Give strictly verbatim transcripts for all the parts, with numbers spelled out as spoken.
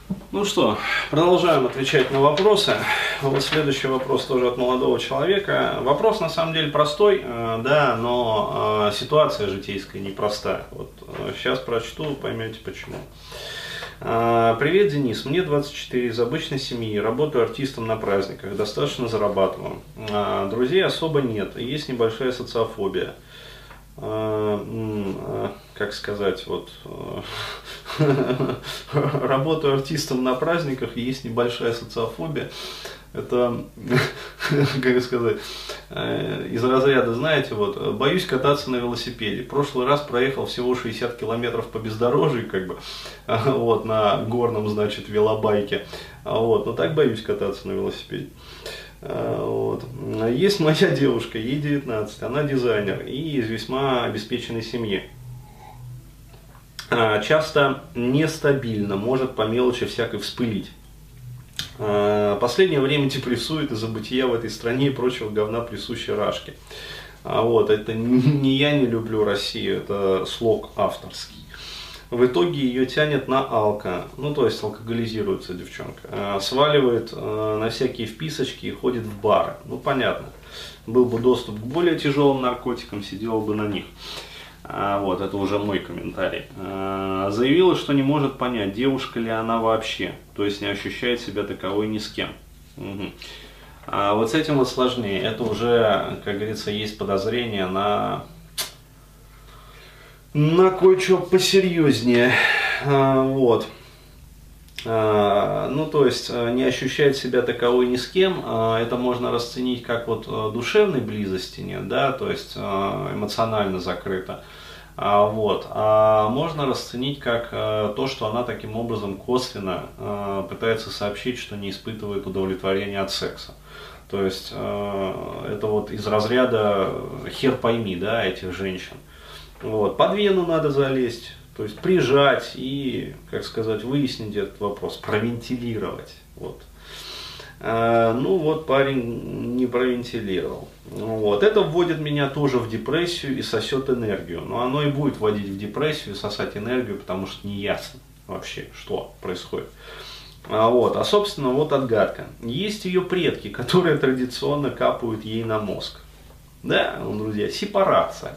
Ну что, продолжаем отвечать на вопросы. Вот следующий вопрос тоже от молодого человека. Вопрос на самом деле простой, э, да, но э, ситуация житейская непростая. Вот э, сейчас прочту, поймете почему. Э, Привет, Денис. Мне двадцать четыре, из обычной семьи, работаю артистом на праздниках, достаточно зарабатываю. Э, Друзей особо нет, есть небольшая социофобия. Э, э, Как сказать, вот... э, работаю артистом на праздниках, есть небольшая социофобия. Это, как сказать, из разряда, знаете, вот, боюсь кататься на велосипеде. В прошлый раз проехал всего шестьдесят километров по бездорожью, как бы, вот, на горном, значит, велобайке. Вот, но так боюсь кататься на велосипеде. Вот. Есть моя девушка, ей девятнадцать, она дизайнер и из весьма обеспеченной семьи. Часто нестабильно, может по мелочи всякой вспылить. Последнее время депрессует из-за бытия в этой стране и прочего говна, присущей Рашке. Вот, это не я не люблю Россию, это слог авторский. В итоге ее тянет на алко, ну то есть алкоголизируется девчонка, сваливает на всякие вписочки и ходит в бары. Ну понятно, был бы доступ к более тяжелым наркотикам, сидел бы на них. Вот, это уже мой комментарий. Заявила, что не может понять, девушка ли она вообще, то есть не ощущает себя таковой ни с кем. Угу. А вот с этим вот сложнее, это уже, как говорится, есть подозрение на, на кое-что посерьезнее. Вот. Ну, то есть, не ощущает себя таковой ни с кем, это можно расценить как вот душевной близости нет, да, то есть эмоционально закрыто. Вот. А можно расценить как то, что она таким образом косвенно пытается сообщить, что не испытывает удовлетворения от секса. То есть, это вот из разряда хер пойми, да, этих женщин. Вот. Под вену надо залезть. То есть прижать и, как сказать, выяснить этот вопрос, провентилировать. Вот. А, ну вот парень не провентилировал. Вот. Это вводит меня тоже в депрессию и сосет энергию. Но оно и будет вводить в депрессию и сосать энергию, потому что не ясно вообще, что происходит. А, вот. а собственно, вот отгадка. Есть ее предки, которые традиционно капают ей на мозг. Да, друзья, сепарация.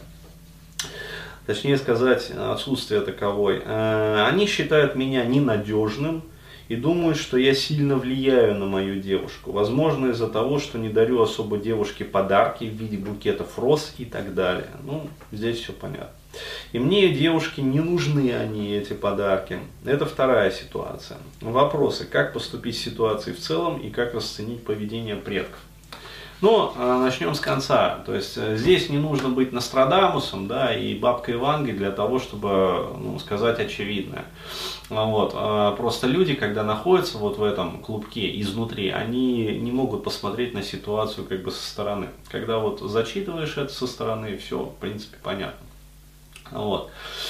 Точнее сказать, отсутствие таковой. Они считают меня ненадежным и думают, что я сильно влияю на мою девушку. Возможно, из-за того, что не дарю особо девушке подарки в виде букетов роз и так далее. Ну, здесь все понятно. И мне, девушке, не нужны они, эти подарки. Это вторая ситуация. Вопросы, как поступить в ситуации в целом и как расценить поведение предков. Но э, начнем с конца. То есть э, здесь не нужно быть Нострадамусом, да, и бабкой Вангой для того, чтобы ну, сказать очевидное. Вот. Э, просто люди, когда находятся вот в этом клубке изнутри, они не могут посмотреть на ситуацию как бы со стороны. Когда вот зачитываешь это со стороны, все, в принципе, понятно. Вот.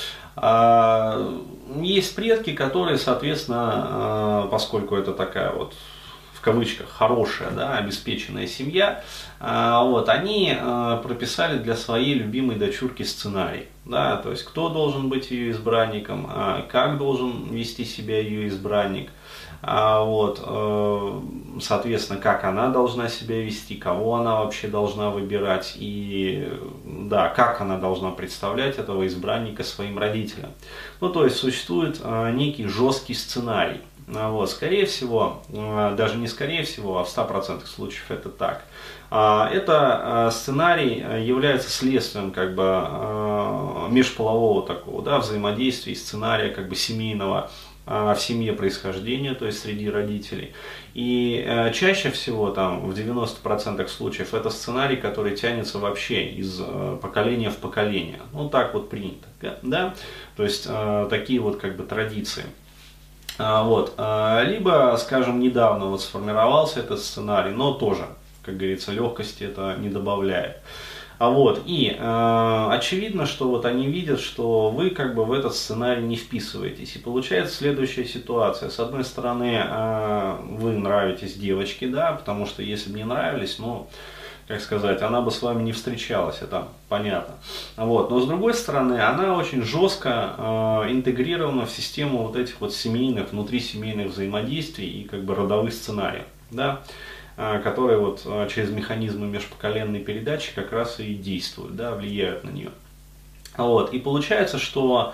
А, есть предки, которые, соответственно, э, поскольку это такая вот в кавычках хорошая, да, обеспеченная семья, вот, они прописали для своей любимой дочурки сценарий, да, то есть кто должен быть ее избранником, как должен вести себя ее избранник, вот, соответственно, как она должна себя вести, кого она вообще должна выбирать и, да, как она должна представлять этого избранника своим родителям. Ну, то есть существует некий жесткий сценарий. Вот, скорее всего, даже не скорее всего, а в ста процентах случаев это так. Это сценарий является следствием как бы межполового такого, да, взаимодействия, сценария как бы семейного в семье происхождения, то есть среди родителей. И чаще всего, там, в девяноста процентах случаев, это сценарий, который тянется вообще из поколения в поколение. Ну, так вот принято, да, то есть такие вот как бы традиции. Вот. Либо, скажем, недавно вот сформировался этот сценарий, но тоже, как говорится, легкости это не добавляет. А вот, и э, очевидно, что вот они видят, что вы как бы в этот сценарий не вписываетесь. И получается следующая ситуация. С одной стороны, э, вы нравитесь девочке, да, потому что если бы не нравились, ну, как сказать, она бы с вами не встречалась, это понятно. Вот. Но с другой стороны, она очень жестко э, интегрирована в систему вот этих вот семейных, внутрисемейных взаимодействий и как бы родовых сценариев, да, э, которые вот э, через механизмы межпоколенной передачи как раз и действуют, да, влияют на нее. Вот. И получается, что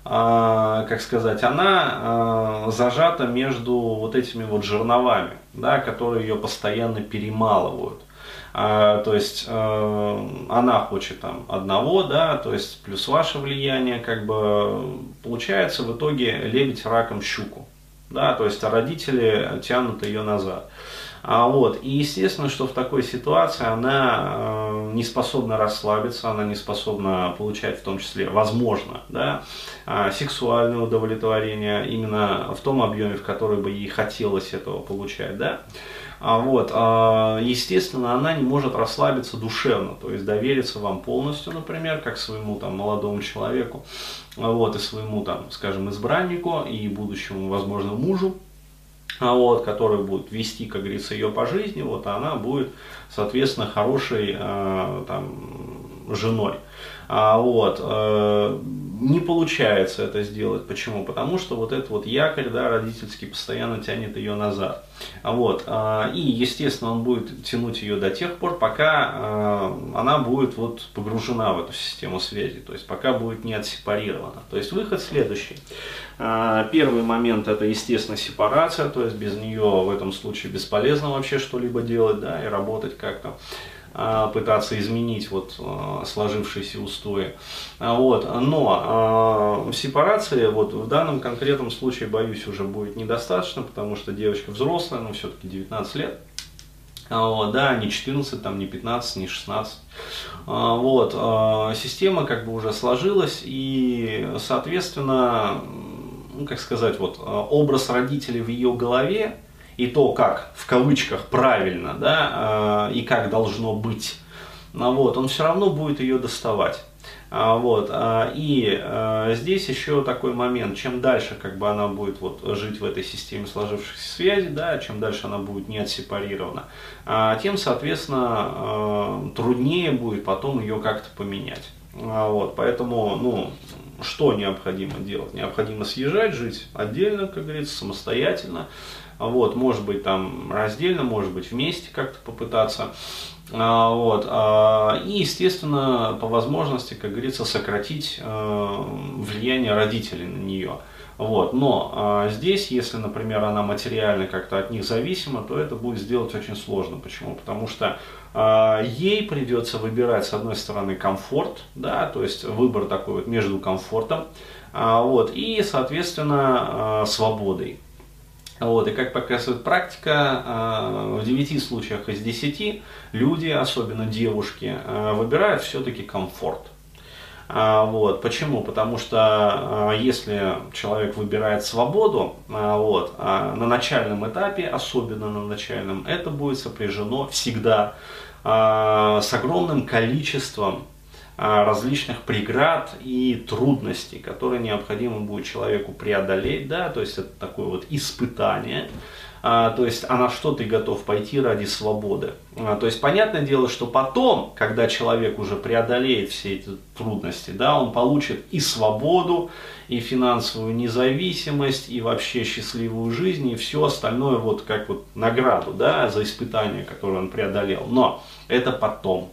э, как сказать, она э, зажата между вот этими вот жерновами, да, которые ее постоянно перемалывают. А, то есть э, она хочет там одного, да, то есть плюс ваше влияние, как бы получается в итоге лебедь раком щуку, да, то есть а родители тянут ее назад. А, вот, и естественно, что в такой ситуации она э, не способна расслабиться, она не способна получать в том числе, возможно, да, э, сексуальное удовлетворение именно в том объеме, в который бы ей хотелось этого получать, да. А вот, а, естественно, она не может расслабиться душевно, то есть довериться вам полностью, например, как своему там молодому человеку, вот, и своему там, скажем, избраннику и будущему, возможно, мужу, вот, который будет вести, как говорится, ее по жизни, вот, а она будет, соответственно, хорошей а, там, женой. А, вот, э, не получается это сделать. Почему? Потому что вот этот вот якорь, да, родительский, постоянно тянет ее назад. А, вот, э, и, естественно, он будет тянуть ее до тех пор, пока э, она будет вот погружена в эту систему связи, то есть пока будет не отсепарирована. То есть выход следующий. Э, первый момент — это, естественно, сепарация, то есть без нее в этом случае бесполезно вообще что-либо делать, да, и работать как-то, пытаться изменить вот сложившиеся устои. Вот. Но э, сепарации вот в данном конкретном случае, боюсь, уже будет недостаточно, потому что девочка взрослая, но все-таки девятнадцать лет. Вот, да, не четырнадцать, там, не пятнадцать, не шестнадцать. Вот. Система как бы уже сложилась, и, соответственно, ну, как сказать, вот, образ родителей в ее голове, и то, как, в кавычках, правильно, да, и как должно быть, вот, он все равно будет ее доставать. Вот, и здесь еще такой момент: чем дальше как бы она будет вот жить в этой системе сложившихся связей, да, чем дальше она будет не отсепарирована, тем, соответственно, труднее будет потом ее как-то поменять. Вот, поэтому, ну, что необходимо делать? Необходимо съезжать, жить отдельно, как говорится, самостоятельно. Вот, может быть, там раздельно, может быть, вместе как-то попытаться. Вот, и, естественно, по возможности, как говорится, сократить влияние родителей на нее. Вот, но здесь, если, например, она материально как-то от них зависима, то это будет сделать очень сложно. Почему? Потому что ей придется выбирать, с одной стороны, комфорт, да, то есть выбор такой вот между комфортом, вот, и, соответственно, свободой. Вот, и как показывает практика, в девяти случаях из десяти люди, особенно девушки, выбирают все-таки комфорт. Вот, почему? Потому что если человек выбирает свободу, вот, на начальном этапе, особенно на начальном, это будет сопряжено всегда с огромным количеством различных преград и трудностей, которые необходимо будет человеку преодолеть, да, то есть это такое вот испытание, а, то есть а на что ты готов пойти ради свободы. А, то есть понятное дело, что потом, когда человек уже преодолеет все эти трудности, да, он получит и свободу, и финансовую независимость, и вообще счастливую жизнь, и все остальное вот как вот награду, да, за испытание, которое он преодолел. Но это потом.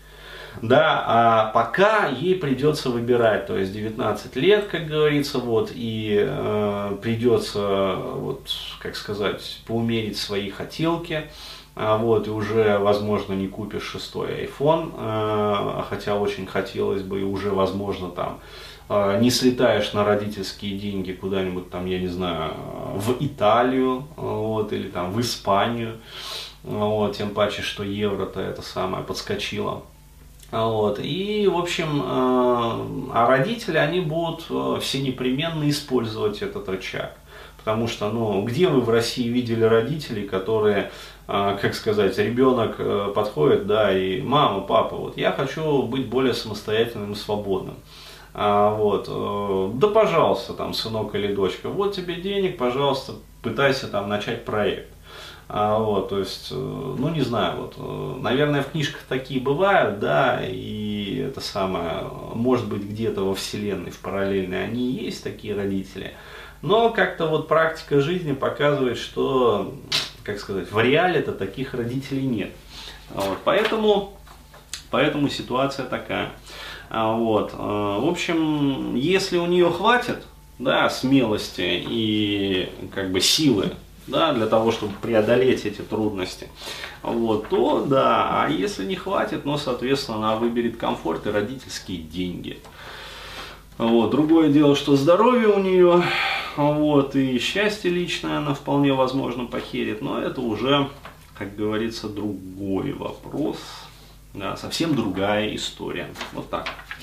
Да, а пока ей придется выбирать, то есть девятнадцать лет, как говорится, вот, и э, придется, вот, как сказать, поумерить свои хотелки, а, вот, и уже, возможно, не купишь шестой айфон, э, хотя очень хотелось бы, и уже, возможно, там, э, не слетаешь на родительские деньги куда-нибудь там, я не знаю, в Италию, вот, или там в Испанию, вот, тем паче, что евро-то это самое подскочило. Вот. И, в общем, а родители, они будут все непременно использовать этот рычаг. Потому что, ну, где вы в России видели родителей, которые, как сказать, ребенок подходит, да, и мама, папа, вот я хочу быть более самостоятельным и свободным. А, вот, э, да пожалуйста, там, сынок или дочка, вот тебе денег, пожалуйста, пытайся там начать проект. А, вот, то есть, ну не знаю, вот, наверное, в книжках такие бывают, да, и это самое, может быть, где-то во вселенной, в параллельной они и есть такие родители, но как-то вот практика жизни показывает, что, как сказать, в реале-то таких родителей нет. Вот, поэтому, поэтому ситуация такая. Вот, в общем, если у нее хватит, да, смелости и как бы силы, да, для того, чтобы преодолеть эти трудности, вот, то да, а если не хватит, ну, соответственно, она выберет комфорт и родительские деньги. Вот, другое дело, что здоровье у нее, вот, и счастье личное она вполне возможно похерит, но это уже, как говорится, другой вопрос, да, совсем другая история. Вот так.